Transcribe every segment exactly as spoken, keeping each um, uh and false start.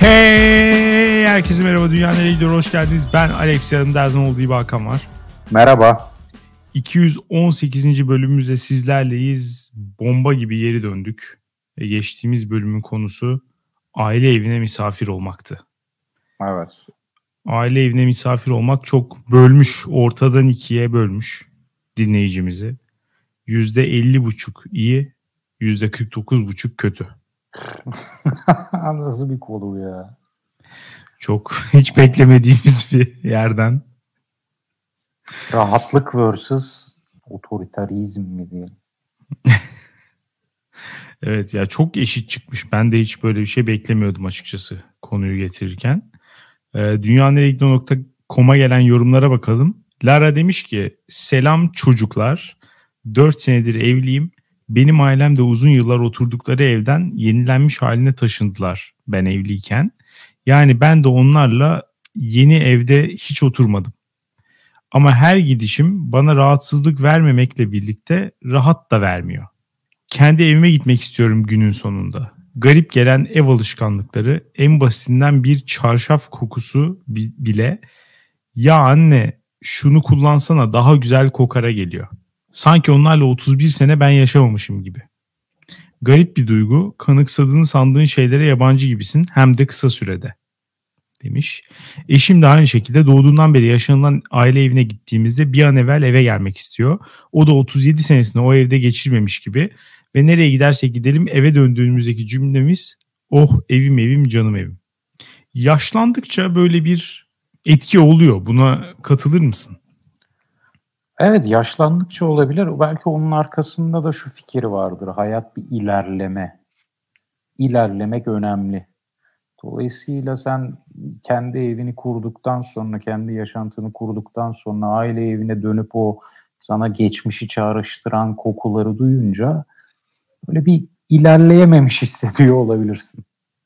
Hey! Herkese merhaba. Dünya Nereye Gidiyor? Hoş geldiniz. Ben Alex, yanımda her zaman olduğu gibi Hakan var. Merhaba. iki yüz on sekizinci bölümümüzde sizlerleyiz. Bomba gibi geri döndük. E geçtiğimiz bölümün konusu aile evine misafir olmaktı. Evet. Aile evine misafir olmak çok bölmüş, ortadan ikiye bölmüş dinleyicimizi. yüzde elli buçuk iyi, yüzde kırk dokuz buçuk kötü. Nasıl bir konu ya? Çok hiç beklemediğimiz bir yerden. Rahatlık versus otoriterizm mi diyelim? Evet ya, çok eşit çıkmış. Ben de hiç böyle bir şey beklemiyordum açıkçası konuyu getirirken. Ee, dünya nereye gidiyor nokta com'a gelen yorumlara bakalım. Lara demiş ki selam çocuklar. dört senedir evliyim. Benim ailem de uzun yıllar oturdukları evden yenilenmiş haline taşındılar ben evliyken. Yani ben de onlarla yeni evde hiç oturmadım. Ama her gidişim bana rahatsızlık vermemekle birlikte rahat da vermiyor. Kendi evime gitmek istiyorum günün sonunda. Garip gelen ev alışkanlıkları, en basitinden bir çarşaf kokusu bile ya anne şunu kullansana daha güzel kokara geliyor. Sanki onlarla otuz bir sene ben yaşamamışım gibi. Garip bir duygu, kanıksadığını sandığın şeylere yabancı gibisin hem de kısa sürede demiş. Eşim de aynı şekilde doğduğundan beri yaşanılan aile evine gittiğimizde bir an evvel eve gelmek istiyor. O da otuz yedi senesini o evde geçirmemiş gibi ve nereye gidersek gidelim eve döndüğümüzdeki cümlemiz oh evim evim canım evim. Yaşlandıkça böyle bir etki oluyor. Buna katılır mısın? Evet, yaşlandıkça olabilir. Belki onun arkasında da şu fikir vardır. Hayat bir ilerleme. İlerlemek önemli. Dolayısıyla sen kendi evini kurduktan sonra, kendi yaşantını kurduktan sonra aile evine dönüp o sana geçmişi çağrıştıran kokuları duyunca böyle bir ilerleyememiş hissediyor olabilirsin.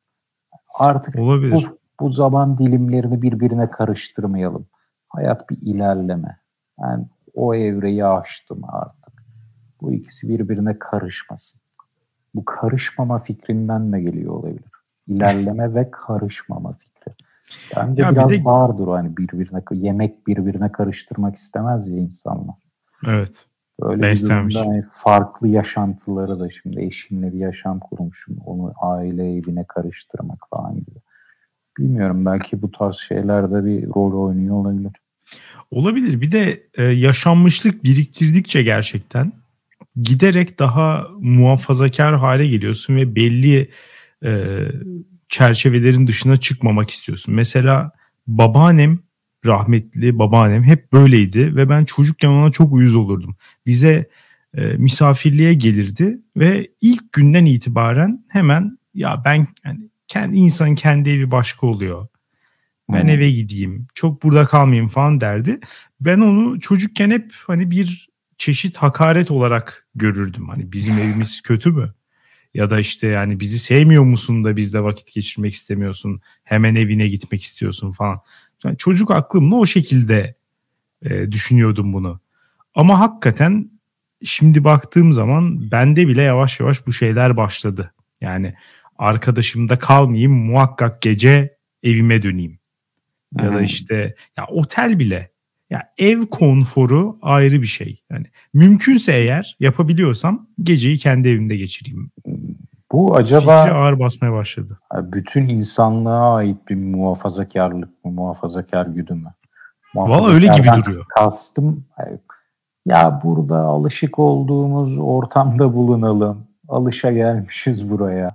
Artık olabilir. Bu, bu zaman dilimlerini birbirine karıştırmayalım. Hayat bir ilerleme. Yani o evreyi aştım artık. Bu ikisi birbirine karışmasın. Bu karışmama fikrinden de geliyor olabilir. İlerleme ve karışmama fikri. Bence Ya biraz bir de... vardır hani birbirine yemek birbirine karıştırmak istemez ya insanlar. Evet. Böyle bir durumda hani farklı yaşantıları da şimdi eşimle bir yaşam kurmuşum. Onu aile evine karıştırmak falan gibi. Bilmiyorum, belki bu tarz şeylerde bir rol oynuyor olabilir. Olabilir. Bir de e, yaşanmışlık biriktirdikçe gerçekten giderek daha muhafazakar hale geliyorsun ve belli e, çerçevelerin dışına çıkmamak istiyorsun. Mesela babaannem, rahmetli babaannem hep böyleydi ve ben çocukken ona çok uyuz olurdum. Bize e, misafirliğe gelirdi ve ilk günden itibaren hemen ya ben yani kendi insanın kendi evi başka oluyor. Ben hmm. eve gideyim, çok burada kalmayayım falan derdi. Ben onu çocukken hep hani bir çeşit hakaret olarak görürdüm. Hani bizim evimiz kötü mü? Ya da işte yani bizi sevmiyor musun da bizle vakit geçirmek istemiyorsun? Hemen evine gitmek istiyorsun falan. Yani çocuk aklımla o şekilde e, düşünüyordum bunu. Ama hakikaten şimdi baktığım zaman bende bile yavaş yavaş bu şeyler başladı. Yani arkadaşımda kalmayayım, muhakkak gece evime döneyim. Ya hmm. da işte ya otel bile. Ya ev konforu ayrı bir şey. Yani mümkünse eğer yapabiliyorsam geceyi kendi evimde geçireyim. Bu acaba fikri ağır basmaya başladı. Bütün insanlığa ait bir muhafazakarlık mı, muhafazakar güdü mü? Valla öyle gibi duruyor. Kastım ya burada alışık olduğumuz ortamda bulunalım. Alışa gelmişiz buraya.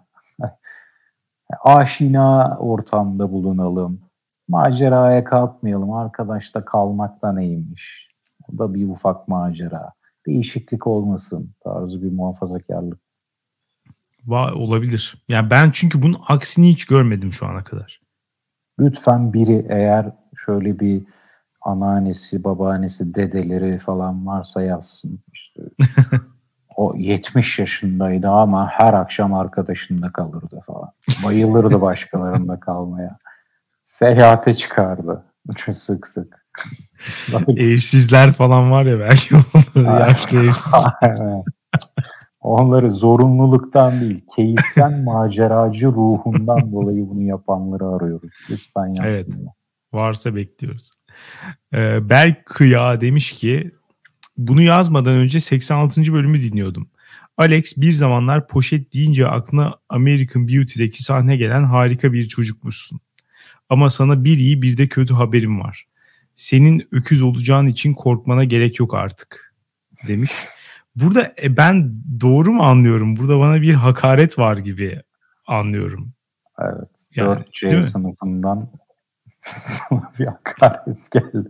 Aşina ortamda bulunalım. Maceraya kalkmayalım. Arkadaşta kalmakta neymiş? O da bir ufak macera. Değişiklik olmasın tarzı bir muhafazakarlık. Va olabilir. Yani ben çünkü bunun aksini hiç görmedim şu ana kadar. Lütfen biri eğer şöyle bir anneannesi, babaannesi, dedeleri falan varsa yazsın. İşte o yetmiş yaşındaydı ama her akşam arkadaşında kalırdı falan. Bayılırdı başkalarında kalmaya. Seyahate çıkardı. Çok sık sık. Evsizler falan var ya belki. Yaşlı evsiz. Onları zorunluluktan değil, keyiften, maceracı ruhundan dolayı bunu yapanları arıyoruz. Lütfen yazsınlar. Evet, varsa bekliyoruz. Ee, Berk Kıya demiş ki bunu yazmadan önce seksen altıncı bölümü dinliyordum. Alex, bir zamanlar poşet deyince aklına American Beauty'deki sahne gelen harika bir çocukmuşsun. Ama sana bir iyi bir de kötü haberim var. Senin öküz olacağın için korkmana gerek yok artık demiş. Burada e, ben doğru mu anlıyorum? Burada bana bir hakaret var gibi anlıyorum. Evet. Yani, dört C sınıfından sana bir hakaret geldi.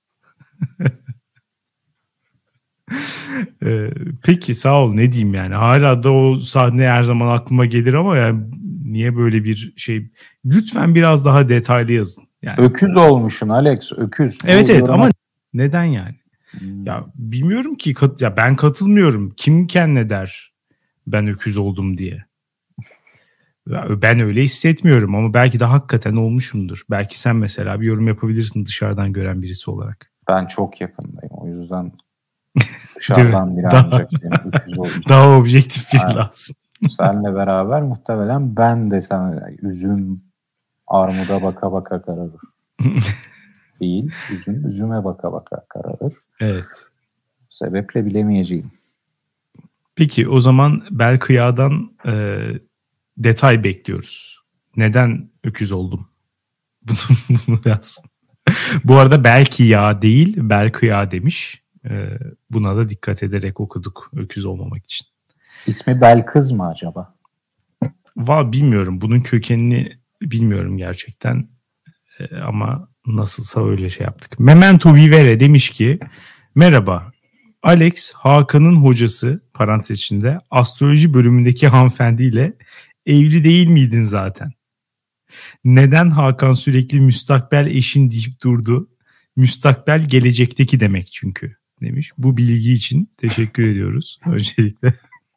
ee, peki sağ ol, ne diyeyim yani. Hala da o sahne her zaman aklıma gelir ama yani niye böyle bir şey? Lütfen biraz daha detaylı yazın. Yani. Öküz olmuşsun Alex, öküz. Evet evet ama neden yani? Hmm. Ya bilmiyorum ki, kat, ya ben katılmıyorum. Kimken ne der ben öküz oldum diye. Ben öyle hissetmiyorum ama belki de hakikaten olmuşumdur. Belki sen mesela bir yorum yapabilirsin dışarıdan gören birisi olarak. Ben çok yakındayım, o yüzden dışarıdan biri ancak senin öküz olmuş. Daha objektif biri yani, lazım. Seninle beraber muhtemelen ben de sana üzüm armuda baka baka kararır. Değil, üzüm üzüme baka baka kararır. Evet. Sebeple bilemeyeceğim. Peki o zaman Belkıya'dan e, detay bekliyoruz. Neden öküz oldum? Bunu, bunu yazsın. Bu arada belki ya değil, Belkıya demiş. E, buna da dikkat ederek okuduk öküz olmamak için. İsmi Belkız mı acaba? Va bilmiyorum. Bunun kökenini bilmiyorum gerçekten. E, ama nasılsa öyle şey yaptık. Memento Vivere demiş ki merhaba. Alex, Hakan'ın hocası parantez içinde astroloji bölümündeki hanımefendiyle evli değil miydin zaten? Neden Hakan sürekli müstakbel eşin deyip durdu? Müstakbel gelecekteki demek çünkü demiş. Bu bilgi için teşekkür ediyoruz öncelikle.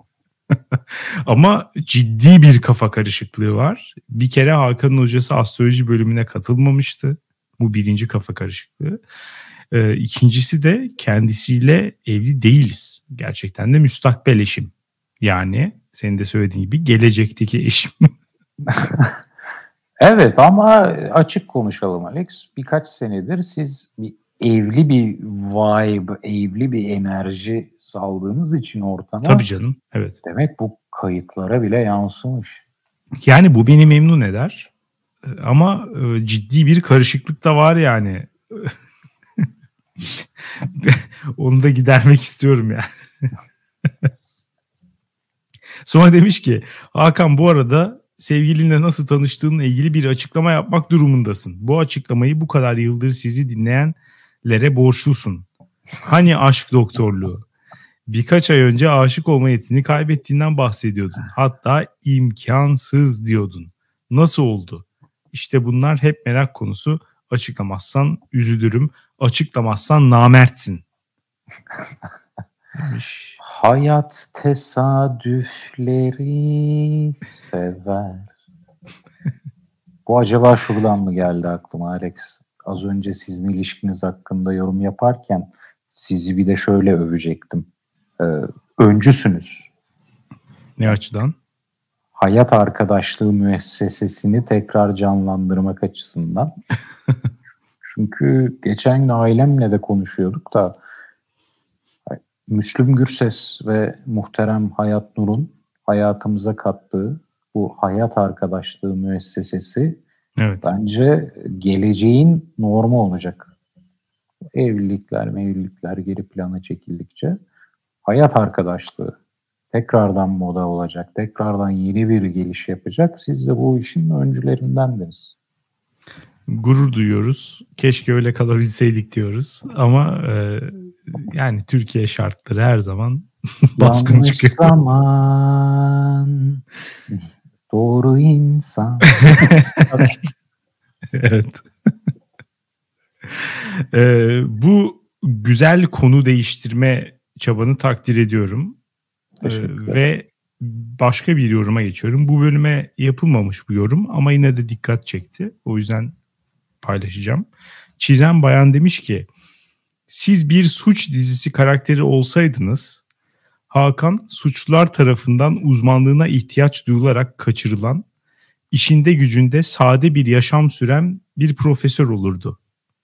Ama ciddi bir kafa karışıklığı var. Bir kere Hakan'ın hocası astroloji bölümüne katılmamıştı. Bu birinci kafa karışıklığı. Ee, ikincisi de kendisiyle evli değiliz. Gerçekten de müstakbel eşim. Yani senin de söylediğin gibi gelecekteki eşim. Evet ama açık konuşalım Alex. Birkaç senedir siz bir evli bir vibe, evli bir enerji saldığınız için ortama. Tabii canım, evet. Demek bu kayıtlara bile yansımış. Yani bu beni memnun eder. Ama ciddi bir karışıklık da var yani. Onu da gidermek istiyorum yani. Sonra demiş ki Hakan, bu arada sevgilinle nasıl tanıştığınla ilgili bir açıklama yapmak durumundasın. Bu açıklamayı bu kadar yıldır sizi dinleyenlere borçlusun. Hani aşk doktorluğu? Birkaç ay önce aşık olma yetini kaybettiğinden bahsediyordun. Hatta imkansız diyordun. Nasıl oldu? İşte bunlar hep merak konusu. Açıklamazsan üzülürüm. Açıklamazsan namertsin. Demiş. Hayat tesadüfleri sever. Bu acaba şuradan mı geldi aklıma Alex? Az önce sizin ilişkiniz hakkında yorum yaparken sizi bir de şöyle övecektim. Ee, öncüsünüz. Ne açıdan? Hayat arkadaşlığı müessesesini tekrar canlandırmak açısından. Çünkü geçen gün ailemle de konuşuyorduk da Müslüm Gürses ve muhterem Hayat Nur'un hayatımıza kattığı bu hayat arkadaşlığı müessesesi, evet, bence geleceğin normu olacak. Evlilikler, mevlilikler geri plana çekildikçe hayat arkadaşlığı tekrardan moda olacak, tekrardan yeni bir geliş yapacak. Siz de bu işin öncülerindendiniz. Gurur duyuyoruz. Keşke öyle kalabilseydik diyoruz. Ama e, yani Türkiye şartları her zaman baskın çıkıyor. Zaman, doğru insan. Evet. e, bu güzel konu değiştirme çabanı takdir ediyorum. E, ve başka bir yoruma geçiyorum. Bu bölüme yapılmamış bu yorum ama yine de dikkat çekti. O yüzden paylaşacağım. Çizen Bayan demiş ki siz bir suç dizisi karakteri olsaydınız Hakan suçlular tarafından uzmanlığına ihtiyaç duyularak kaçırılan, işinde gücünde sade bir yaşam süren bir profesör olurdu.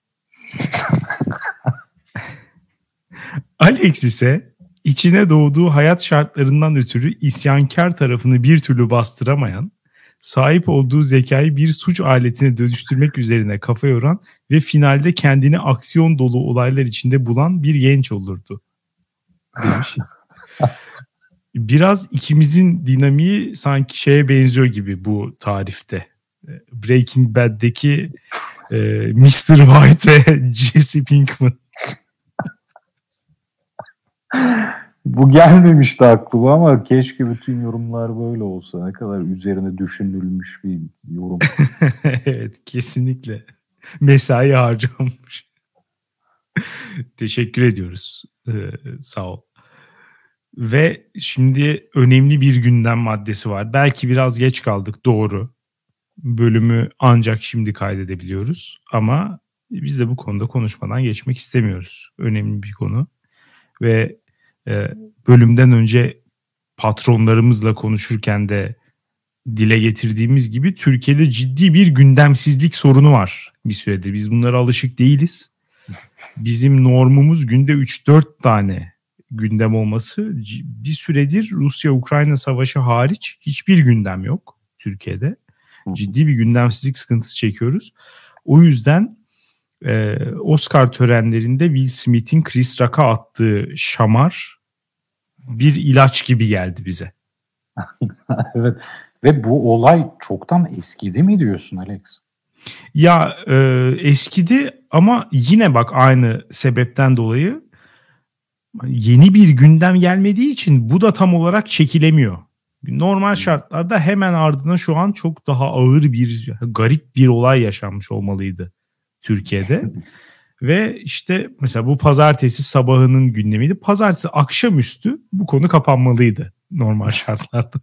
Alex ise içine doğduğu hayat şartlarından ötürü isyankar tarafını bir türlü bastıramayan, sahip olduğu zekayı bir suç aletine dönüştürmek üzerine kafa yoran ve finalde kendini aksiyon dolu olaylar içinde bulan bir genç olurdu demiş. Biraz ikimizin dinamiği sanki şeye benziyor gibi bu tarifte. Breaking Bad'deki e, mister White ve Jesse Pinkman. Bu gelmemişti aklıma ama keşke bütün yorumlar böyle olsa. Ne kadar üzerine düşünülmüş bir yorum. Evet, kesinlikle. Mesai harcanmış. Teşekkür ediyoruz. Ee, sağ ol. Ve şimdi önemli bir gündem maddesi var. Belki biraz geç kaldık, doğru. Bölümü ancak şimdi kaydedebiliyoruz. Ama biz de bu konuda konuşmadan geçmek istemiyoruz. Önemli bir konu. Ve e, bölümden önce patronlarımızla konuşurken de dile getirdiğimiz gibi Türkiye'de ciddi bir gündemsizlik sorunu var bir süredir. Biz bunlara alışık değiliz. Bizim normumuz günde üç dört tane gündem olması. Bir süredir Rusya-Ukrayna savaşı hariç hiçbir gündem yok Türkiye'de. Ciddi bir gündemsizlik sıkıntısı çekiyoruz. O yüzden e, Oscar törenlerinde Will Smith'in Chris Rock'a attığı şamar bir ilaç gibi geldi bize. Evet. Ve bu olay çoktan eskidi mi diyorsun Alex? Ya e, eskidi ama yine bak aynı sebepten dolayı yeni bir gündem gelmediği için bu da tam olarak çekilemiyor. Normal şartlarda hemen ardına şu an çok daha ağır bir, garip bir olay yaşanmış olmalıydı Türkiye'de. Ve işte mesela bu pazartesi sabahının gündemiydi. Pazartesi akşamüstü bu konu kapanmalıydı normal şartlarda.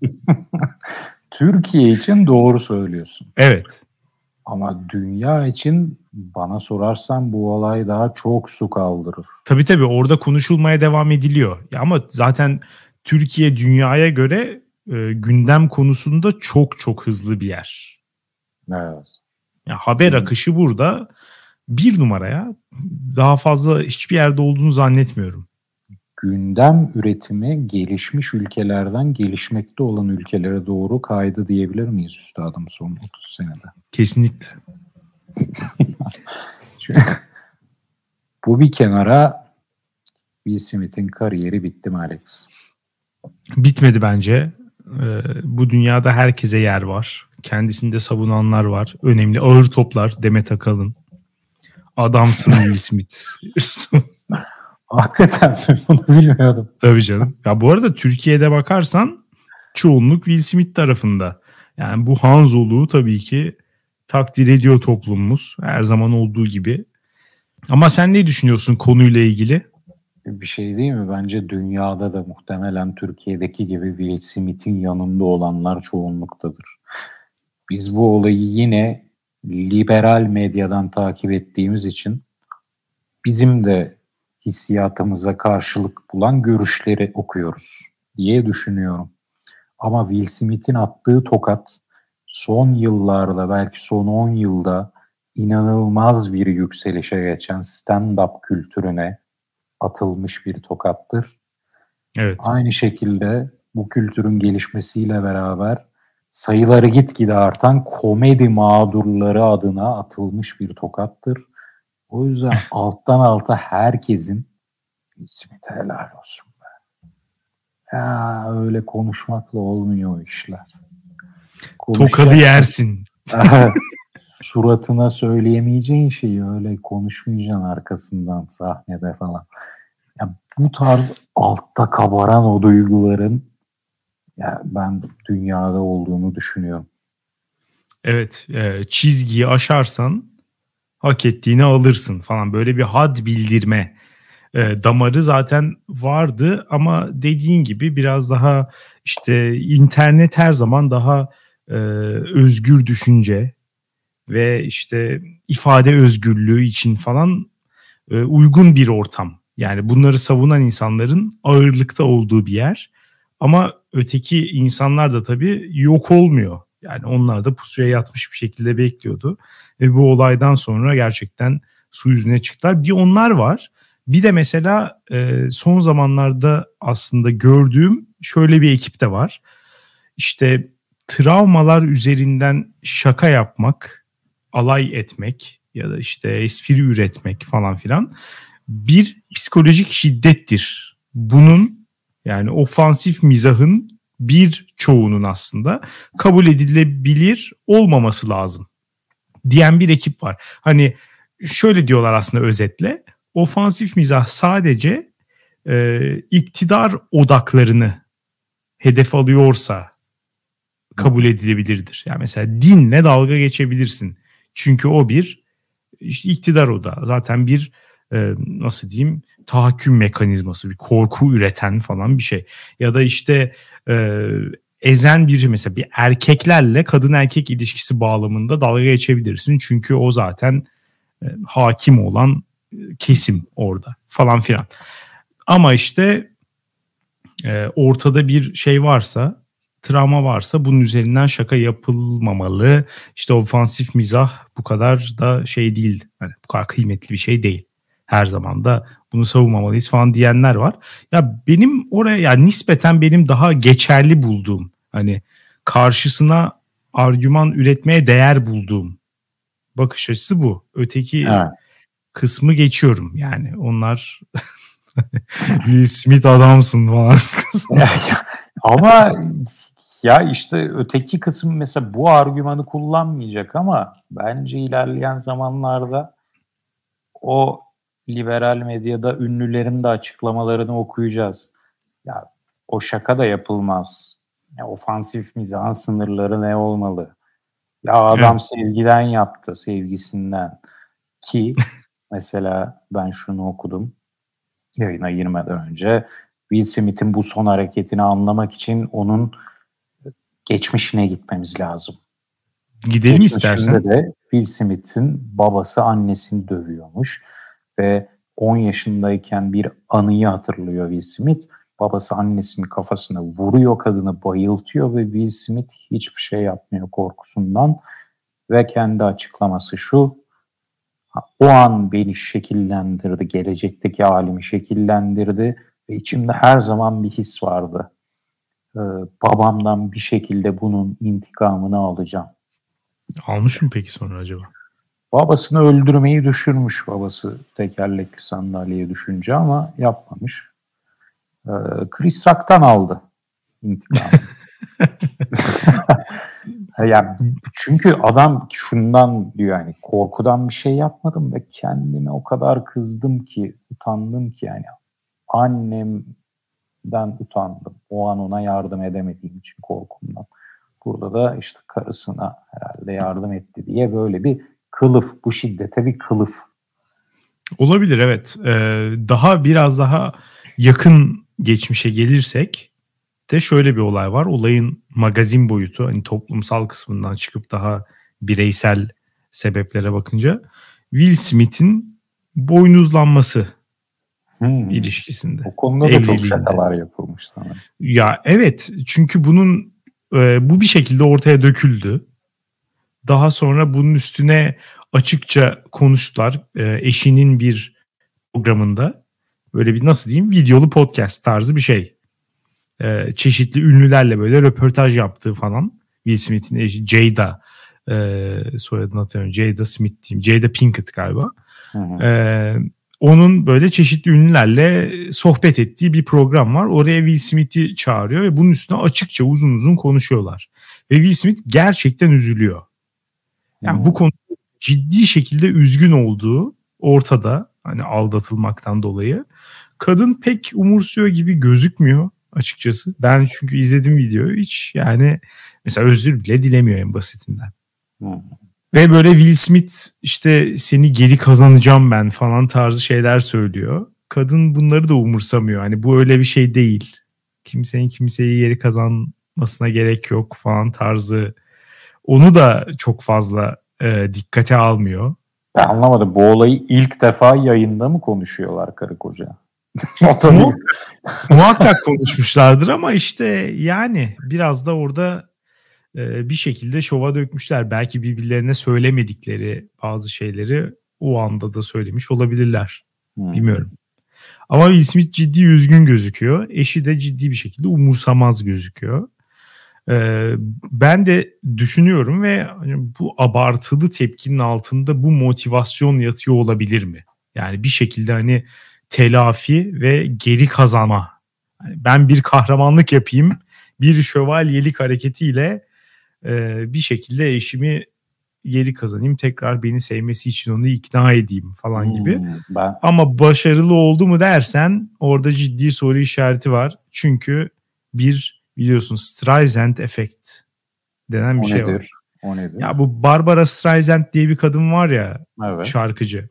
Türkiye için doğru söylüyorsun. Evet. Ama dünya için bana sorarsan bu olay daha çok su kaldırır. Tabii tabii orada konuşulmaya devam ediliyor. Ya ama zaten Türkiye dünyaya göre e, gündem konusunda çok çok hızlı bir yer. Evet. Ya haber akışı burada bir numaraya, daha fazla hiçbir yerde olduğunu zannetmiyorum. Gündem üretimi gelişmiş ülkelerden gelişmekte olan ülkelere doğru kaydı diyebilir miyiz üstadım son otuz senede? Kesinlikle. Bu bir kenara, Will Smith'in kariyeri bitti mi Alex? Bitmedi bence. Ee, bu dünyada herkese yer var. Kendisinde savunanlar var. Önemli ağır toplar. Demet Akalın. Adamsın Will Smith. Hakikaten bunu bilmiyordum. Tabii canım. Ya bu arada Türkiye'de bakarsan çoğunluk Will Smith tarafında. Yani bu Hanzoluğu tabii ki takdir ediyor toplumumuz. Her zaman olduğu gibi. Ama sen ne düşünüyorsun konuyla ilgili? Bir şey değil mi? Bence dünyada da muhtemelen Türkiye'deki gibi Will Smith'in yanında olanlar çoğunluktadır. Biz bu olayı yine liberal medyadan takip ettiğimiz için bizim de hissiyatımıza karşılık bulan görüşleri okuyoruz diye düşünüyorum. Ama Will Smith'in attığı tokat son yıllarda, belki son on yılda inanılmaz bir yükselişe geçen stand-up kültürüne atılmış bir tokattır. Evet. Aynı şekilde bu kültürün gelişmesiyle beraber sayıları gitgide artan komedi mağdurları adına atılmış bir tokattır. O yüzden alttan alta herkesin Smith'e helal olsun be. Ya öyle konuşmakla olmuyor o işler. Tokadı yersin. Suratına söyleyemeyeceğin şeyi öyle konuşmayacaksın arkasından sahnede falan. Ya bu tarz altta kabaran o duyguların ya ben dünyada olduğunu düşünüyorum. Evet, e, çizgiyi aşarsan hak ettiğini alırsın falan, böyle bir had bildirme e, damarı zaten vardı ama dediğin gibi biraz daha işte internet her zaman daha e, özgür düşünce ve işte ifade özgürlüğü için falan e, uygun bir ortam Yani bunları savunan insanların ağırlıkta olduğu bir yer. Ama öteki insanlar da tabii yok olmuyor. Yani onlar da pusuya yatmış bir şekilde bekliyordu. Ve bu olaydan sonra gerçekten su yüzüne çıktılar. Bir onlar var. Bir de mesela e, son zamanlarda aslında gördüğüm şöyle bir ekip de var. İşte travmalar üzerinden şaka yapmak, alay etmek ya da işte espri üretmek falan filan bir psikolojik şiddettir. Bunun yani ofansif mizahın bir çoğunun aslında kabul edilebilir olmaması lazım diyen bir ekip var. Hani şöyle diyorlar aslında özetle, ofansif mizah sadece e, iktidar odaklarını hedef alıyorsa kabul edilebilirdir. Yani mesela dinle dalga geçebilirsin. Çünkü o bir işte iktidar odağı. Zaten bir e, nasıl diyeyim tahakküm mekanizması, bir korku üreten falan bir şey. Ya da işte e, ezen bir mesela bir erkeklerle kadın erkek ilişkisi bağlamında dalga geçebilirsin. Çünkü o zaten e, hakim olan kesim orada falan filan. Ama işte e, ortada bir şey varsa, travma varsa bunun üzerinden şaka yapılmamalı. İşte ofansif mizah bu kadar da şey değil. Yani bu kadar kıymetli bir şey değil. Her zaman da bunu savunmamalıyız falan diyenler var. Ya benim oraya yani nispeten benim daha geçerli bulduğum, hani karşısına argüman üretmeye değer bulduğum bakış açısı bu. Öteki evet. Kısmı geçiyorum. Yani onlar Will Smith adamsın falan. Ama ya işte öteki kısım mesela bu argümanı kullanmayacak ama bence ilerleyen zamanlarda o liberal medyada ünlülerin de açıklamalarını okuyacağız. Ya o şaka da yapılmaz. Ya ofansif mizahın sınırları ne olmalı? Ya adam evet. Sevgiden yaptı, sevgisinden. Ki mesela ben şunu okudum yayına girmeden önce. Will Smith'in bu son hareketini anlamak için onun geçmişine gitmemiz lazım. Gidelim Geçmişinde istersen. De Will Smith'in babası annesini dövüyormuş ve on yaşındayken bir anıyı hatırlıyor Will Smith. Babası annesinin kafasına vuruyor, kadını bayıltıyor ve Will Smith hiçbir şey yapmıyor korkusundan ve kendi açıklaması şu: o an beni şekillendirdi, gelecekteki halimi şekillendirdi ve içimde her zaman bir his vardı. Ee, babamdan bir şekilde bunun intikamını alacağım. Almış mı peki sonra acaba? Babasını öldürmeyi düşürmüş, babası tekerlekli sandalyeye düşünce, ama yapmamış. Ee, Chris Rock'tan aldı intikamını. Yani çünkü adam şundan diyor, yani korkudan bir şey yapmadım ve kendime o kadar kızdım ki, utandım ki, yani annemden utandım. O an ona yardım edemediğim için korkumdan. Burada da işte karısına herhalde yardım etti diye böyle bir kılıf, bu şiddete bir kılıf. Olabilir, evet. Ee, daha biraz daha yakın geçmişe gelirsek de şöyle bir olay var. Olayın magazin boyutu, hani toplumsal kısmından çıkıp daha bireysel sebeplere bakınca Will Smith'in boynuzlanması hmm. ilişkisinde. O konuda da çok şakalar yapılmış sana. Ya evet, çünkü bunun e, bu bir şekilde ortaya döküldü. Daha sonra bunun üstüne açıkça konuştular. E, eşinin bir programında böyle bir, nasıl diyeyim, videolu podcast tarzı bir şey. Ee, çeşitli ünlülerle böyle röportaj yaptığı falan. Will Smith'in eşi Jada, e, soyadını hatırlamıyorum. Jada Smith diyeyim. Jada Pinkett galiba. Ee, onun böyle çeşitli ünlülerle sohbet ettiği bir program var. Oraya Will Smith'i çağırıyor ve bunun üstüne açıkça uzun uzun konuşuyorlar. Ve Will Smith gerçekten üzülüyor. Yani hmm. bu konuda ciddi şekilde üzgün olduğu ortada. Hani aldatılmaktan dolayı. Kadın pek umursuyor gibi gözükmüyor açıkçası. Ben çünkü izledim videoyu, hiç yani mesela özür bile dilemiyor en basitinden. Hmm. Ve böyle Will Smith işte seni geri kazanacağım ben falan tarzı şeyler söylüyor. Kadın bunları da umursamıyor. Hani bu öyle bir şey değil. Kimsenin kimseyi geri kazanmasına gerek yok falan tarzı. Onu da çok fazla e, dikkate almıyor. Ben anlamadım. Bu olayı ilk defa yayında mı konuşuyorlar karı koca? Mu- muhakkak konuşmuşlardır ama işte yani biraz da orada e, bir şekilde şova dökmüşler. Belki birbirlerine söylemedikleri bazı şeyleri o anda da söylemiş olabilirler. Hmm. Bilmiyorum. Ama Will Smith ciddi üzgün gözüküyor. Eşi de ciddi bir şekilde umursamaz gözüküyor. Ee, ben de düşünüyorum ve bu abartılı tepkinin altında bu motivasyon yatıyor olabilir mi? Yani bir şekilde hani telafi ve geri kazanma. Yani ben bir kahramanlık yapayım, bir şövalyelik hareketiyle e, bir şekilde eşimi geri kazanayım, tekrar beni sevmesi için onu ikna edeyim falan hmm, gibi. Ben... Ama başarılı oldu mu dersen orada ciddi soru işareti var. Çünkü bir biliyorsun Streisand efekt denen bir o şey nedir? var. O nedir? Ya bu Barbara Streisand diye bir kadın var ya, evet. Şarkıcı.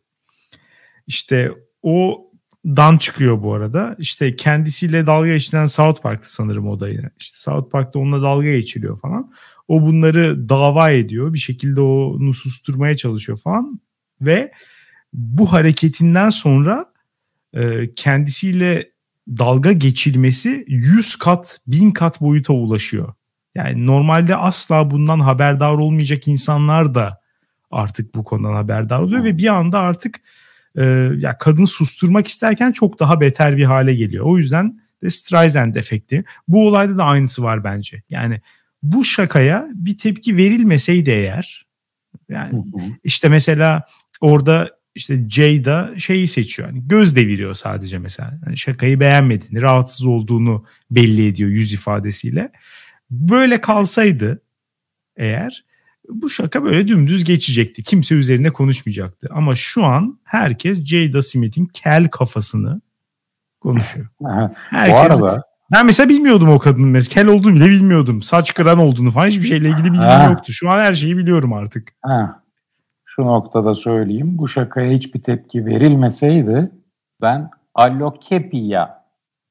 İşte o dan çıkıyor bu arada. İşte kendisiyle dalga geçilen South Park'ta sanırım o da yine. İşte South Park'ta onunla dalga geçiliyor falan. O bunları dava ediyor. Bir şekilde onu susturmaya çalışıyor falan. Ve bu hareketinden sonra e, kendisiyle dalga geçilmesi yüz kat, bin kat boyuta ulaşıyor. Yani normalde asla bundan haberdar olmayacak insanlar da artık bu konudan haberdar oluyor. Ve bir anda artık e, ya kadın susturmak isterken çok daha beter bir hale geliyor. O yüzden de Streisand efekti. Bu olayda da aynısı var bence. Yani bu şakaya bir tepki verilmeseydi eğer, yani hı hı. işte mesela orada işte Jada şeyi seçiyor. Yani göz deviriyor sadece mesela. Yani şakayı beğenmediğini, rahatsız olduğunu belli ediyor yüz ifadesiyle. Böyle kalsaydı eğer bu şaka böyle dümdüz geçecekti. Kimse üzerine konuşmayacaktı. Ama şu an herkes Jada Smith'in kel kafasını konuşuyor. Herkes, bu arada ben mesela bilmiyordum o kadının mesela kel olduğunu bile bilmiyordum. Saç kıran olduğunu falan hiçbir şeyle ilgili bilgim ha. yoktu. Şu an her şeyi biliyorum artık. Ha. Şu noktada söyleyeyim. Bu şakaya hiçbir tepki verilmeseydi ben alopecia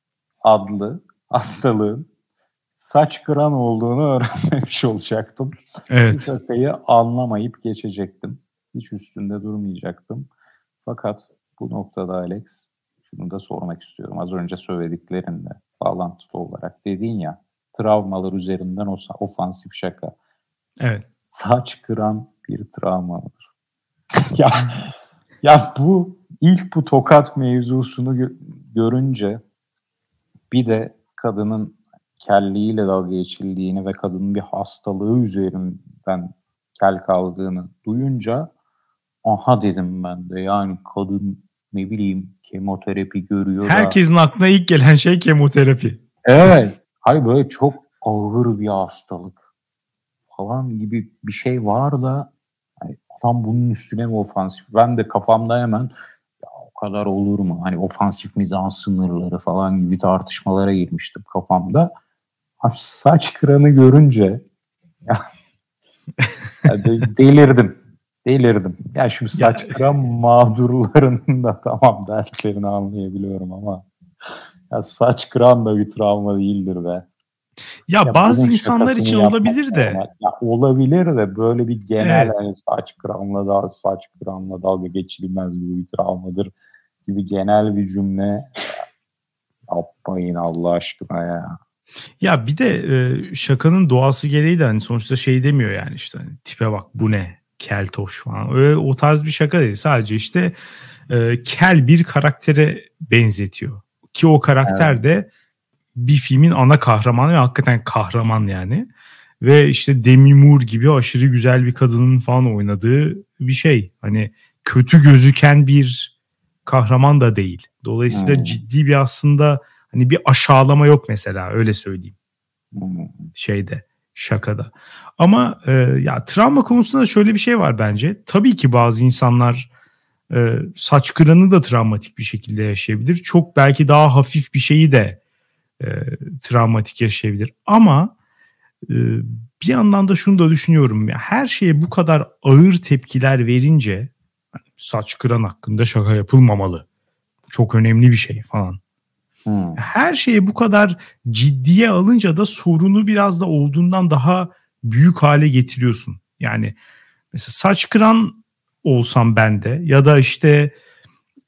adlı hastalığın saç kıran olduğunu öğrenmemiş olacaktım. Evet. Bu şakayı anlamayıp geçecektim. Hiç üstünde durmayacaktım. Fakat bu noktada Alex şunu da sormak istiyorum. Az önce söylediklerinle bağlantılı olarak dedin ya, travmalar üzerinden o ofansif şaka. Evet. Saç kıran bir travmadır. ya, ya bu ilk bu tokat mevzusunu gö- görünce bir de kadının kelliğiyle dalga geçildiğini ve kadının bir hastalığı üzerinden kel kaldığını duyunca aha dedim ben de, yani kadın ne bileyim kemoterapi görüyor da. Herkesin aklına ilk gelen şey kemoterapi. Evet. Hayır böyle çok ağır bir hastalık falan gibi bir şey var da hani tam bunun üstüne mi ofansif? Ben de kafamda hemen ya o kadar olur mu? Hani ofansif mizah sınırları falan gibi tartışmalara girmiştim kafamda. Ha, saç kıranı görünce ya, ya de, delirdim. Delirdim. Ya şimdi saç ya, kıran mağdurlarının da tamam dertlerini anlayabiliyorum ama ya saç kıran da bir travma değildir be. Ya, ya bazı insanlar için olabilir de. Ya olabilir de böyle bir genel evet. Hani saç kıranla da saç kıranla dalga geçilmez gibi bir travmadır gibi genel bir cümle. Yapmayın Allah aşkına ya. Ya bir de e, şakanın doğası gereği de hani sonuçta şey demiyor yani işte hani, tipe bak bu ne keltoş falan. Öyle o tarz bir şaka değil. Sadece işte e, kel bir karaktere benzetiyor. Ki o karakter evet. de bir filmin ana kahramanı ve hakikaten kahraman yani. Ve işte Demi Moore gibi aşırı güzel bir kadının falan oynadığı bir şey. Hani kötü gözüken bir kahraman da değil. Dolayısıyla hmm. ciddi bir aslında hani bir aşağılama yok mesela, öyle söyleyeyim. Hmm. Şeyde, şakada. Ama e, ya travma konusunda şöyle bir şey var bence. Tabii ki bazı insanlar e, saç kıranı da travmatik bir şekilde yaşayabilir. Çok belki daha hafif bir şeyi de e, travmatik yaşayabilir. Ama e, bir yandan da şunu da düşünüyorum. Ya, her şeye bu kadar ağır tepkiler verince hani saç kıran hakkında şaka yapılmamalı. Çok önemli bir şey falan. Hmm. Her şeye bu kadar ciddiye alınca da sorunu biraz da olduğundan daha büyük hale getiriyorsun. Yani mesela saç kıran olsam ben de ya da işte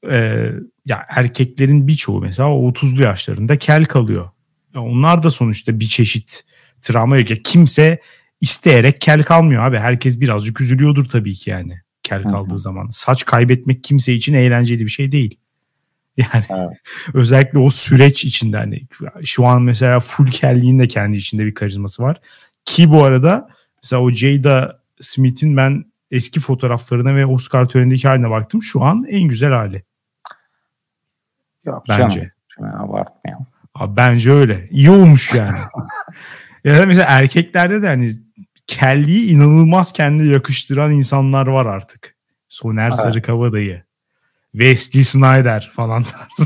Ee, ya erkeklerin birçoğu mesela otuzlu yaşlarında kel kalıyor. Ya onlar da sonuçta bir çeşit travma yok. Ya kimse isteyerek kel kalmıyor abi. Herkes birazcık üzülüyordur tabii ki yani kel kaldığı Hı-hı. zaman. Saç kaybetmek kimse için eğlenceli bir şey değil. Yani evet. Özellikle o süreç içinde hani şu an mesela full kelliğin de kendi içinde bir karizması var. Ki bu arada mesela o Jada Smith'in ben eski fotoğraflarına ve Oscar törenindeki haline baktım. Şu an en güzel hali. Yok bence. Canım. Abartmayalım. Abi bence öyle. İyi olmuş yani. Ya da mesela erkeklerde de hani kelliği inanılmaz kendine yakıştıran insanlar var artık. Soner evet. Sarıkabadayı, Wesley Snyder falan tarzı.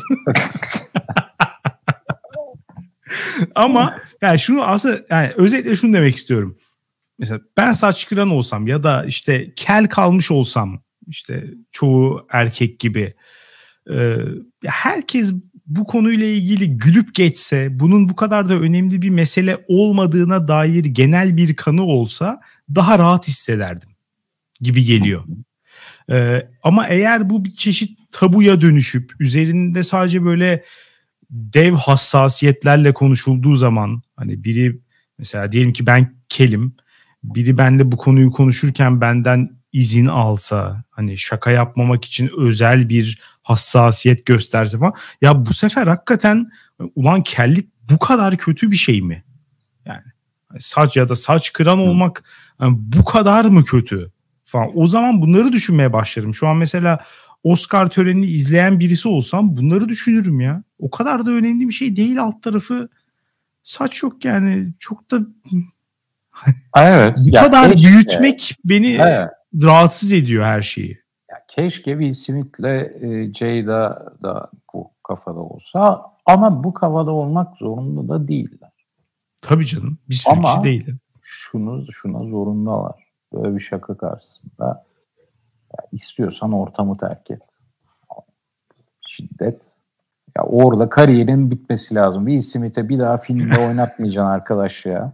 Ama yani şunu aslında yani özetle şunu demek istiyorum. Mesela ben saç kıran olsam ya da işte kel kalmış olsam işte çoğu erkek gibi e, herkes bu konuyla ilgili gülüp geçse, bunun bu kadar da önemli bir mesele olmadığına dair genel bir kanı olsa daha rahat hissederdim gibi geliyor. Ee, ama eğer bu bir çeşit tabuya dönüşüp üzerinde sadece böyle dev hassasiyetlerle konuşulduğu zaman hani biri mesela diyelim ki ben kelim, biri benimle bu konuyu konuşurken benden izin alsa, hani şaka yapmamak için özel bir hassasiyet gösterse falan. Ya bu sefer hakikaten ulan kellik bu kadar kötü bir şey mi? Yani saç ya da saç kıran olmak yani bu kadar mı kötü falan. O zaman bunları düşünmeye başlarım. Şu an mesela Oscar törenini izleyen birisi olsam bunları düşünürüm ya. O kadar da önemli bir şey değil, alt tarafı saç yok yani. Çok da evet, bu kadar keşke, büyütmek beni evet. rahatsız ediyor her şeyi. Ya keşke Will Smith'le e, Jada da bu kafada olsa ama bu kafada olmak zorunda da değiller. Tabii canım. Bir sürü ama kişi değil. Şunu, şuna zorundalar. Böyle bir şaka karşısında ya istiyorsan ortamı terk et. Şiddet. Ya orada kariyerin bitmesi lazım. Will Smith'e bir daha filmde oynatmayacaksın arkadaş ya.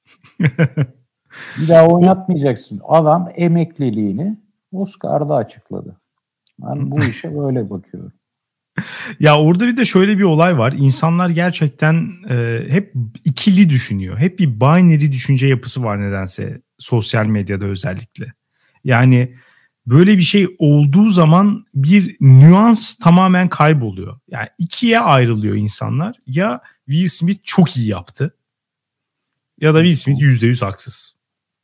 Bir daha oynatmayacaksın. Adam emekliliğini Oscar'da açıkladı. Ben bu işe böyle bakıyorum. Ya orada bir de şöyle bir olay var. İnsanlar gerçekten e, hep ikili düşünüyor. Hep bir binary düşünce yapısı var nedense sosyal medyada özellikle. Yani böyle bir şey olduğu zaman bir nüans tamamen kayboluyor. Yani ikiye ayrılıyor insanlar. Ya Will Smith çok iyi yaptı ya da Will Smith yüzde yüz haksız.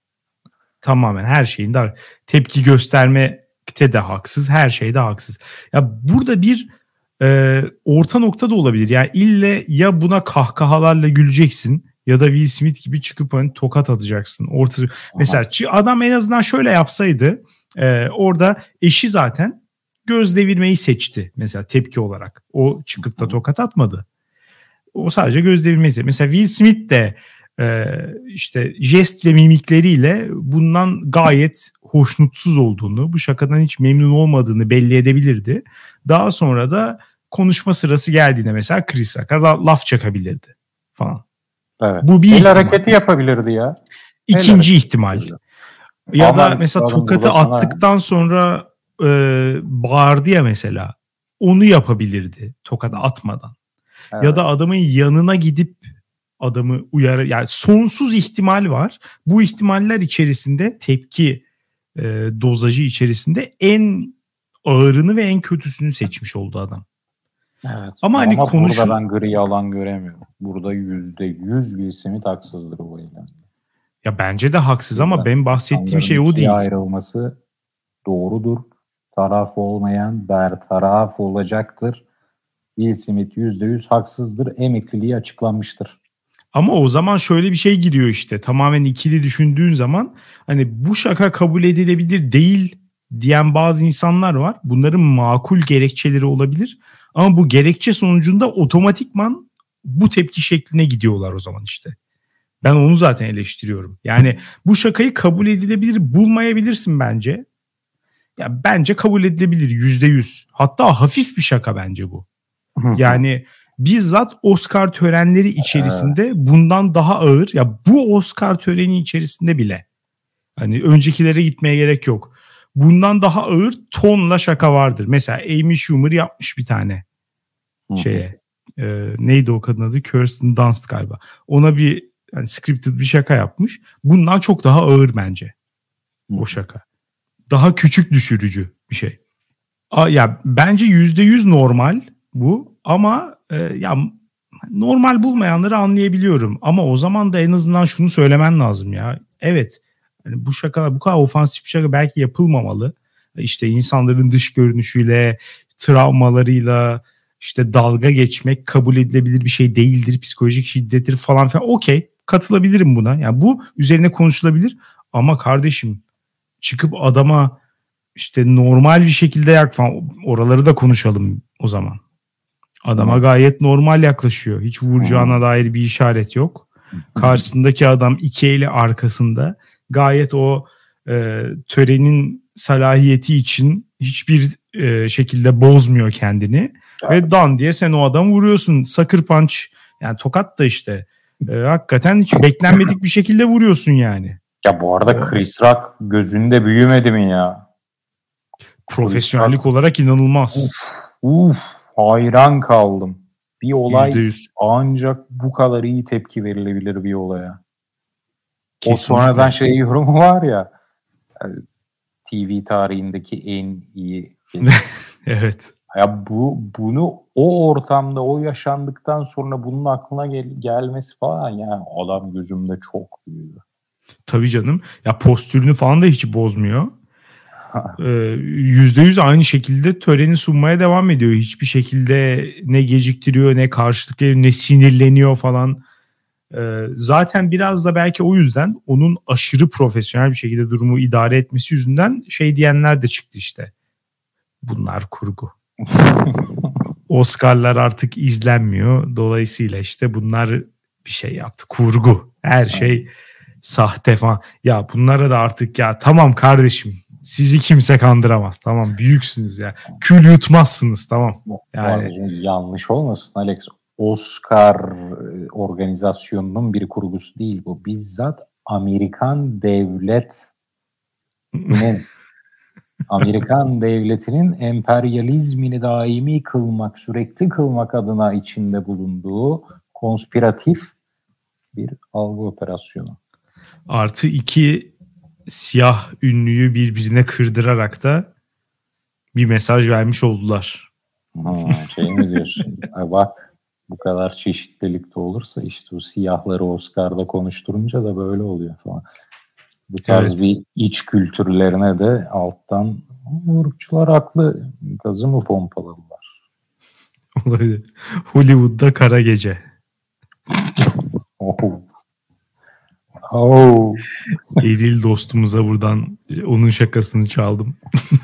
Tamamen her şeyinde tepki göstermekte de haksız, her şeyde haksız. Ya burada bir e, orta nokta da olabilir. Yani ille ya buna kahkahalarla güleceksin ya da Will Smith gibi çıkıp hani tokat atacaksın. Orta, mesela adam en azından şöyle yapsaydı, e, orada eşi zaten göz devirmeyi seçti mesela tepki olarak. O çıkıp da tokat atmadı. O sadece göz devirmeyi seçti. Mesela Will Smith de Ee, işte jest ve mimikleriyle bundan gayet hoşnutsuz olduğunu, bu şakadan hiç memnun olmadığını belli edebilirdi. Daha sonra da konuşma sırası geldiğinde mesela Chris Rock'a laf çakabilirdi falan. Evet. Bu bir El ihtimal. hareketi yapabilirdi ya. İkinci ihtimal. Ya Ama da mesela tokatı attıktan sonra e, bağırdı ya mesela. Onu yapabilirdi tokatı atmadan. Evet. Ya da adamın yanına gidip adamı uyarı, yani sonsuz ihtimal var. Bu ihtimaller içerisinde tepki e, dozajı içerisinde en ağırını ve en kötüsünü seçmiş oldu adam. Evet. Ama hani Ama konuşun... burada ben gri alan göremiyorum. Burada yüzde yüz Will Smith haksızdır bu ilan. Ya bence de haksız burada ama ben bahsettiğim şey o değil. Ayrılması doğrudur. Taraf olmayan bertaraf olacaktır. Will Smith yüzde yüz haksızdır. Emekliliği açıklanmıştır. Ama o zaman şöyle bir şey giriyor işte. Tamamen ikili düşündüğün zaman hani bu şaka kabul edilebilir değil diyen bazı insanlar var. Bunların makul gerekçeleri olabilir. Ama bu gerekçe sonucunda otomatikman bu tepki şekline gidiyorlar o zaman işte. Ben onu zaten eleştiriyorum. Yani bu şakayı kabul edilebilir bulmayabilirsin bence. Ya bence kabul edilebilir yüzde yüz. Hatta hafif bir şaka bence bu. Yani bizzat Oscar törenleri içerisinde bundan daha ağır. Ya bu Oscar töreni içerisinde bile hani öncekilere gitmeye gerek yok. bundan daha ağır tonla şaka vardır. Mesela Amy Schumer yapmış bir tane şeye. E, neydi o kadın adı? Kirsten Dunst galiba. Ona bir yani scripted bir şaka yapmış. Bundan çok daha ağır bence o şaka. Daha küçük düşürücü bir şey. A, ya bence yüzde yüz normal bu ama e, ya normal bulmayanları anlayabiliyorum. Ama o zaman da en azından şunu söylemen lazım ya. Evet. Yani bu şaka bu kadar ofansif bir şaka belki yapılmamalı. İşte insanların dış görünüşüyle, travmalarıyla işte dalga geçmek kabul edilebilir bir şey değildir. Psikolojik şiddettir falan filan. Okey. Katılabilirim buna. Yani bu üzerine konuşulabilir. Ama kardeşim çıkıp adama işte normal bir şekilde yak falan oraları da konuşalım o zaman. Adama gayet normal yaklaşıyor. Hiç vuracağına dair bir işaret yok. Karşısındaki adam iki eli arkasında. Gayet o e, törenin salahiyeti için hiçbir e, şekilde bozmuyor kendini. Evet. Ve dan diye sen o adamı vuruyorsun. Sucker punch yani tokat da işte. E, hakikaten hiç beklenmedik bir şekilde vuruyorsun yani. Ya bu arada Chris Rock gözünde büyümedi mi ya? Profesyonellik Rock olarak inanılmaz. Uf, uf, hayran kaldım. Bir olay yüzde yüz ancak bu kadar iyi tepki verilebilir bir olaya. Kesinlikle. O sonradan şey yorumu var ya, yani T V tarihindeki en iyi. Evet. Ya bu bunu o ortamda o yaşandıktan sonra bunun aklına gel- gelmesi falan yani adam gözümde çok büyüdü. Tabii canım. Ya postürünü falan da hiç bozmuyor. yüzde yüz aynı şekilde töreni sunmaya devam ediyor. Hiçbir şekilde ne geciktiriyor ne karşılık veriyor ne sinirleniyor falan. Ee, zaten biraz da belki o yüzden onun aşırı profesyonel bir şekilde durumu idare etmesi yüzünden şey diyenler de çıktı işte. Bunlar kurgu. Oscar'lar artık izlenmiyor. Dolayısıyla işte bunlar bir şey yaptı. Kurgu. Her şey sahte falan. Ya bunlara da artık ya tamam kardeşim. Sizi kimse kandıramaz. Tamam büyüksünüz ya. Kül yutmazsınız tamam. Yani yanlış olmasın Alex. Oscar organizasyonunun bir kurgusu değil bu. Bizzat Amerikan devletinin Amerikan devletinin emperyalizmini daimi kılmak, sürekli kılmak adına içinde bulunduğu konspiratif bir algı operasyonu. Artı iki siyah ünlüyü birbirine kırdırarak da bir mesaj vermiş oldular. Ha, şey mi diyorsun? Bak bu kadar çeşitlilik de olursa işte bu siyahları Oscar'da konuşturunca da böyle oluyor falan. Bu tarz evet. Bir iç kültürlerine de alttan ırkçılar haklı gazı mı pompaladılar? Olabilir. Hollywood'da kara gece. oh. Oh. Eril dostumuza buradan onun şakasını çaldım.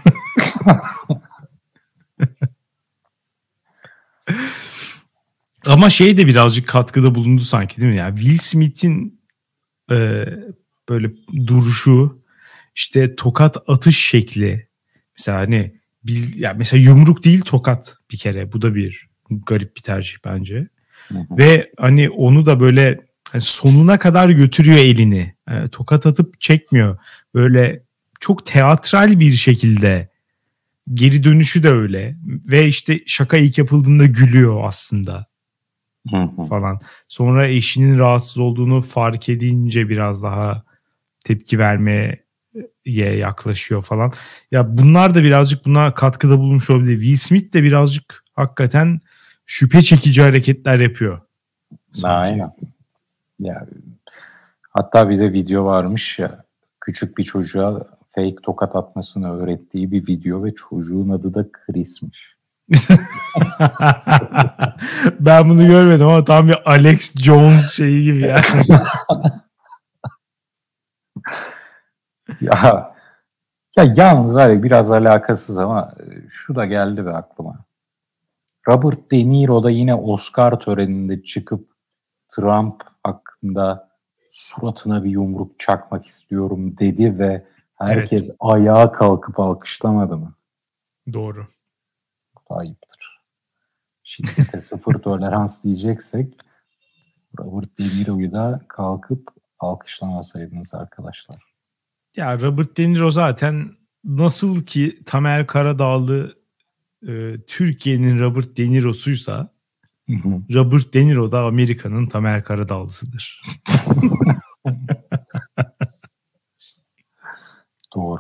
Ama şey de birazcık katkıda bulundu sanki değil mi? Yani Will Smith'in e, böyle duruşu, işte tokat atış şekli. Mesela hani bil, ya mesela yumruk değil tokat bir kere. Bu da bir garip bir tercih bence. Hı hı. Ve hani onu da böyle sonuna kadar götürüyor elini. Yani tokat atıp çekmiyor. Böyle çok teatral bir şekilde geri dönüşü de öyle. Ve işte şaka ilk yapıldığında gülüyor aslında. Hı hı. Falan. Sonra eşinin rahatsız olduğunu fark edince biraz daha tepki vermeye yaklaşıyor falan. Ya bunlar da birazcık buna katkıda bulunmuş olabilir. Will Smith de birazcık hakikaten şüphe çekici hareketler yapıyor. Sanki. Aynen. Ya, hatta bir de video varmış ya, küçük bir çocuğa fake tokat atmasını öğrettiği bir video ve çocuğun adı da Chris'miş. Ben bunu görmedim ama tam bir Alex Jones şeyi gibi yani. ya ya yalnız abi biraz alakasız ama şu da geldi be aklıma. Robert De Niro da yine Oscar töreninde çıkıp Trump hakkında suratına bir yumruk çakmak istiyorum dedi ve herkes evet. Ayağa kalkıp alkışlamadı mı? Doğru. Bu da ayıptır. Şiddete sıfır tolerans diyeceksek Robert De Niro'yu da kalkıp alkışlamasaydınız arkadaşlar. Ya Robert De Niro zaten nasıl ki Tamer Karadağlı e, Türkiye'nin Robert De Niro'suysa Hı hı. Robert De Niro da Amerika'nın Tamer Karadağlısıdır. Doğru.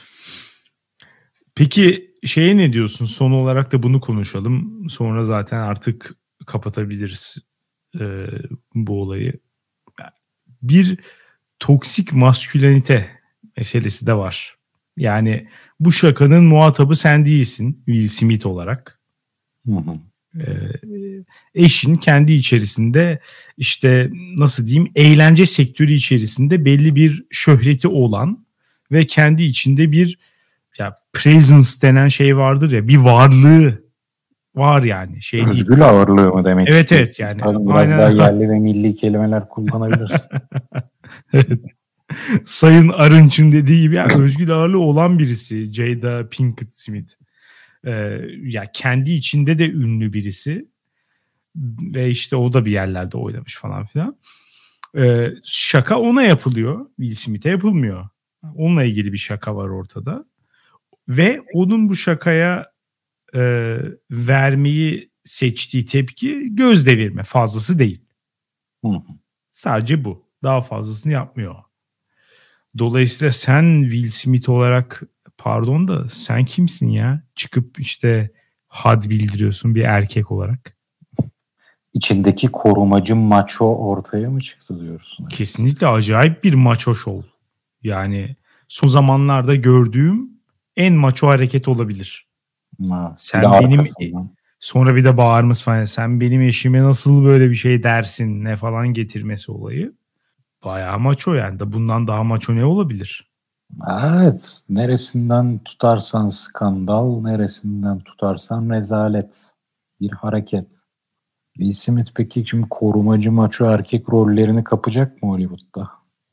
Peki şeye ne diyorsun? Son olarak da bunu konuşalım. Sonra zaten artık kapatabiliriz e, bu olayı. Bir toksik maskülenite meselesi de var. Yani bu şakanın muhatabı sen değilsin Will Smith olarak. Hı hı. Ee, eşin kendi içerisinde işte nasıl diyeyim eğlence sektörü içerisinde belli bir şöhreti olan ve kendi içinde bir ya presence denen şey vardır ya, bir varlığı var yani. Şey değil. Özgül ağırlığı mı demek Evet istiyorsun? evet yani. Tabii biraz Aynen. daha yerli ve milli kelimeler kullanabilirsin. Evet. Sayın Arınç'ın dediği gibi yani özgül ağırlığı olan birisi Jada Pinkett Smith. Ee, ya kendi içinde de ünlü birisi ve işte o da bir yerlerde oynamış falan filan. Ee, şaka ona yapılıyor, Will Smith'e yapılmıyor. Onunla ilgili bir şaka var ortada ve onun bu şakaya e, vermeyi seçtiği tepki göz devirme, fazlası değil. Hı hı. Sadece bu, daha fazlasını yapmıyor. Dolayısıyla sen Will Smith olarak, pardon da sen kimsin ya? Çıkıp işte had bildiriyorsun bir erkek olarak. İçindeki korumacı maço ortaya mı çıktı diyorsun? Kesinlikle acayip bir maço şov. Yani son zamanlarda gördüğüm en maço hareket olabilir. Ha, Sen bir benim arkasından. sonra bir de bağırması falan. Sen benim eşime nasıl böyle bir şey dersin ne falan getirmesi olayı. Bayağı maço yani. Da bundan daha maço ne olabilir? Evet. Neresinden tutarsan skandal, neresinden tutarsan rezalet. Bir hareket. Will Smith peki şimdi korumacı maço erkek rollerini kapacak mı Hollywood'da?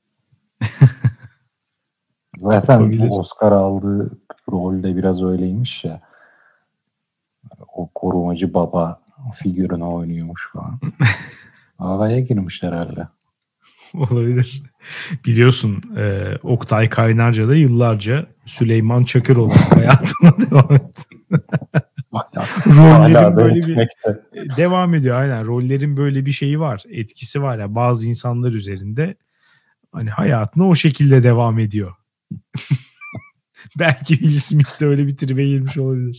Zaten Kapabilir. bu Oscar aldığı rolde biraz öyleymiş ya. O korumacı baba figürünü oynuyormuş falan. Havaya girmiş herhalde. Olabilir. Biliyorsun e, Oktay Kaynarca da yıllarca Süleyman Çakır olarak hayatına devam etti. Rollerin böyle bir devam ediyor aynen. Rollerin böyle bir şeyi var. Etkisi var ya yani bazı insanlar üzerinde. Hani hayatına o şekilde devam ediyor. Belki Will Smith de öyle bir tribe girmiş olabilir.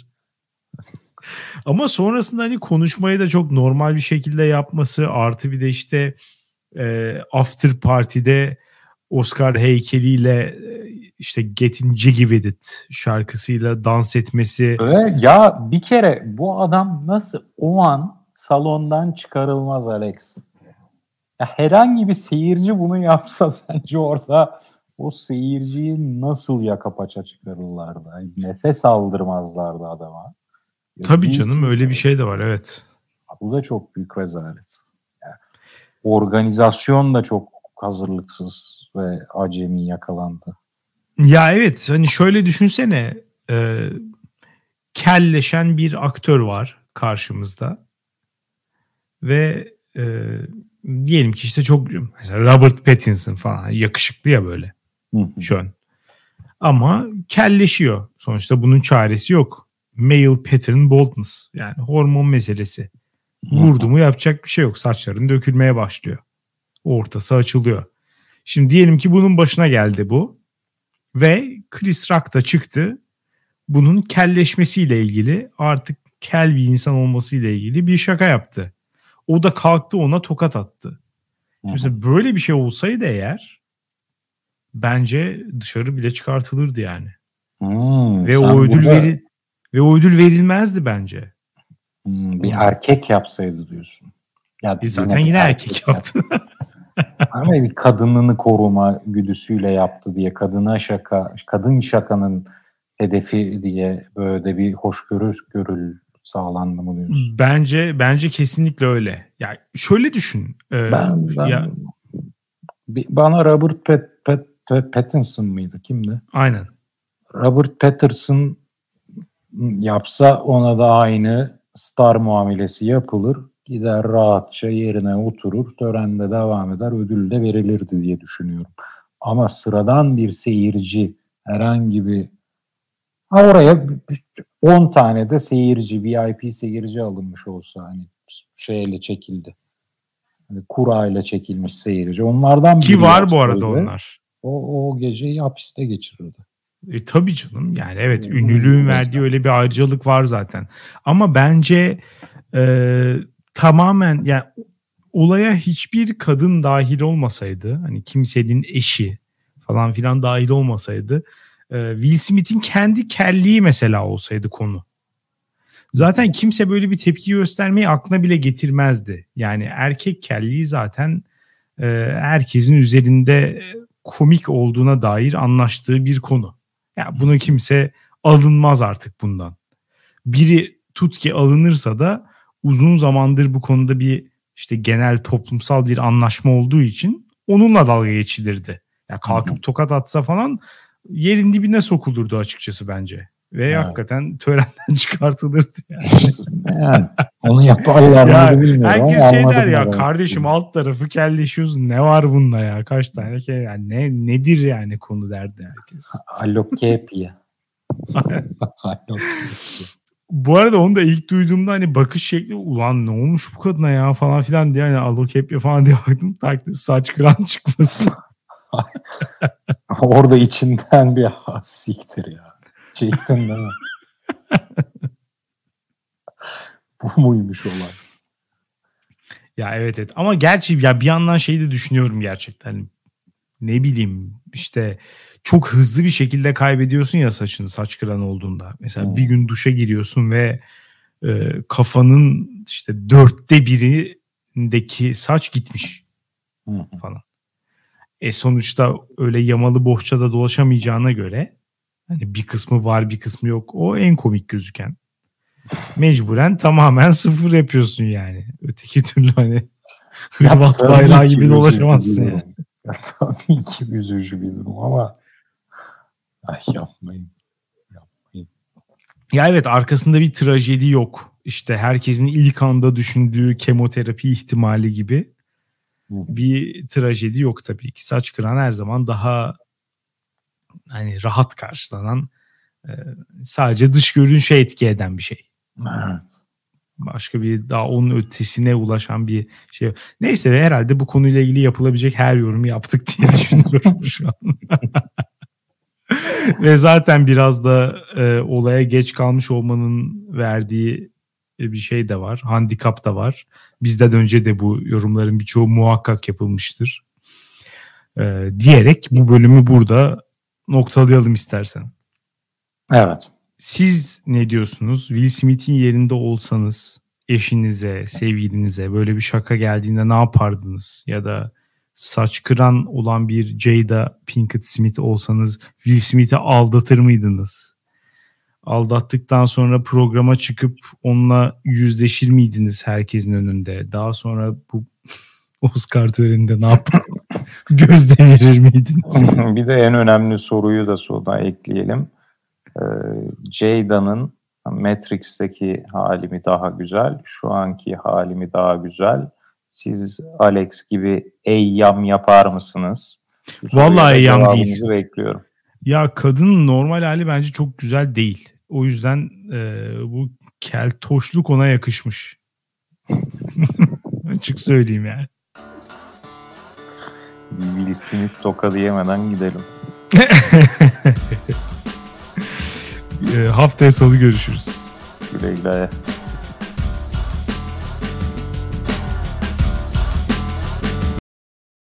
Ama sonrasında hani konuşmayı da çok normal bir şekilde yapması, artı bir de işte e, after party'de Oscar heykeliyle işte Getting Jiggy With It şarkısıyla dans etmesi. Evet, ya bir kere bu adam nasıl o an salondan çıkarılmaz Alex. Ya herhangi bir seyirci bunu yapsa sence orada o seyirciyi nasıl yaka paça çıkarırlardı? Yani nefes aldırmazlardı adama. Tabii canım öyle bir şey de var evet. Bu da çok büyük rezalet. Yani organizasyon da çok hazırlıksız ve acemi yakalandı. Ya evet hani şöyle düşünsene e, kelleşen bir aktör var karşımızda ve e, diyelim ki işte çok mesela Robert Pattinson falan yakışıklı ya böyle şön ama kelleşiyor sonuçta bunun çaresi yok. Male pattern baldness yani hormon meselesi. Vurdu mu yapacak bir şey yok, saçların dökülmeye başlıyor, ortası açılıyor. Şimdi diyelim ki bunun başına geldi bu ve Chris Rock da çıktı. Bunun kelleşmesiyle ilgili, artık kel bir insan olmasıyla ilgili bir şaka yaptı. O da kalktı ona tokat attı. Şimdi böyle bir şey olsaydı eğer bence dışarı bile çıkartılırdı yani. Hmm, ve o ödül burada... veri ve o ödül verilmezdi bence. Hmm, bir Ona. erkek yapsaydı diyorsun. Ya Biz zaten yine erkek, erkek yaptı. Ama bir kadınını koruma güdüsüyle yaptı diye, kadına şaka, kadın şakanın hedefi diye böyle de bir hoşgörü görül sağlandı mı diyorsun? Bence bence kesinlikle öyle. Ya yani şöyle düşün. E, ben, ben ya bir, bana Robert Pat, Pat, Pat, Pattinson mıydı? Kimdi? Aynen. Robert Pattinson yapsa ona da aynı star muamelesi yapılır. Gider rahatça yerine oturur, törende devam eder, ödül de verilirdi diye düşünüyorum. Ama sıradan bir seyirci herhangi bir Ha, oraya on tane de seyirci, V I P seyirci alınmış olsa, hani şeyle çekildi. Hani kura ile çekilmiş seyirci. Onlardan ki var bu arada onlar. O, o geceyi hapiste geçirirdi. E, tabii canım, yani evet, hmm, ünlülüğün hmm, verdiği öyle bir ayrıcalık var zaten. Ama bence e, tamamen yani olaya hiçbir kadın dahil olmasaydı, hani kimsenin eşi falan filan dahil olmasaydı, e, Will Smith'in kendi kelliği mesela olsaydı konu, zaten kimse böyle bir tepki göstermeyi aklına bile getirmezdi. Yani erkek kelliği zaten e, herkesin üzerinde komik olduğuna dair anlaştığı bir konu. Ya bunu kimse alınmaz artık bundan. Biri tut ki alınırsa da uzun zamandır bu konuda bir işte genel toplumsal bir anlaşma olduğu için onunla dalga geçilirdi. Ya kalkıp Hı-hı. tokat atsa falan yerin dibine sokulurdu açıkçası bence. Ve evet. hakikaten törenden çıkartılırdı yani. Yani onu yaparlar mı bilmiyorum. Herkes şey der ya, kardeşim alt tarafı kelleşiyoruz, ne var bunda ya, kaç tane ke yani ne nedir yani konu derdi herkes. Alokepya. Bu arada onu da ilk duyduğumda hani bakış şekli, ulan ne olmuş bu kadına ya falan filan diye, hani alokepya falan diye baktım, taklit saç kıran çıkmasın. Orada içinden bir siktir ya. Çektin değil mi? Bu muymuş olay? Ya evet evet, ama gerçi ya bir yandan şeyi de düşünüyorum gerçekten. Ne bileyim işte, çok hızlı bir şekilde kaybediyorsun ya saçını, saç kıran olduğunda. Mesela hmm. bir gün duşa giriyorsun ve e, kafanın işte dörtte birindeki saç gitmiş hmm. falan. E sonuçta öyle yamalı bohçada dolaşamayacağına göre, hani bir kısmı var bir kısmı yok, o en komik gözüken. Mecburen tamamen sıfır yapıyorsun yani. Öteki türlü hani Hırvat bayrağı gibi dolaşamazsın yani. Ya, tabii ki üzücü bir durum ama ay yapmayın. Yapmayın. Ya evet, arkasında bir trajedi yok. İşte herkesin ilk anda düşündüğü kemoterapi ihtimali gibi bir trajedi yok tabii ki. Saç kıran her zaman daha hani rahat karşılanan, sadece dış görünüşe etki eden bir şey. Evet. Başka bir daha onun ötesine ulaşan bir şey. Neyse, herhalde bu konuyla ilgili yapılabilecek her yorumu yaptık diye düşünüyorum şu an. Ve zaten biraz da e, olaya geç kalmış olmanın verdiği bir şey de var. Handikap da var. Bizden önce de bu yorumların birçoğu muhakkak yapılmıştır. E, diyerek bu bölümü burada noktalayalım istersen. Evet. Siz ne diyorsunuz? Will Smith'in yerinde olsanız eşinize, sevgilinize böyle bir şaka geldiğinde ne yapardınız? Ya da saç kıran olan bir Jada Pinkett Smith olsanız Will Smith'i aldatır mıydınız? Aldattıktan sonra programa çıkıp onunla yüzleşir miydiniz herkesin önünde? Daha sonra bu Oscar töreninde ne yapardınız? Göz devirir miydiniz? Bir de en önemli soruyu da sonuna ekleyelim. Jada'nın Matrix'teki hali mi daha güzel, şu anki hali mi daha güzel? Siz Alex gibi eyyam yapar mısınız? Vallahi eyyam değil. Bekliyorum. Ya kadının normal hali bence çok güzel değil. O yüzden e, bu keltoşluk ona yakışmış. Açık söyleyeyim yani. Will Smith tokadı yemeden gidelim. e, haftaya salı görüşürüz. Güle güle.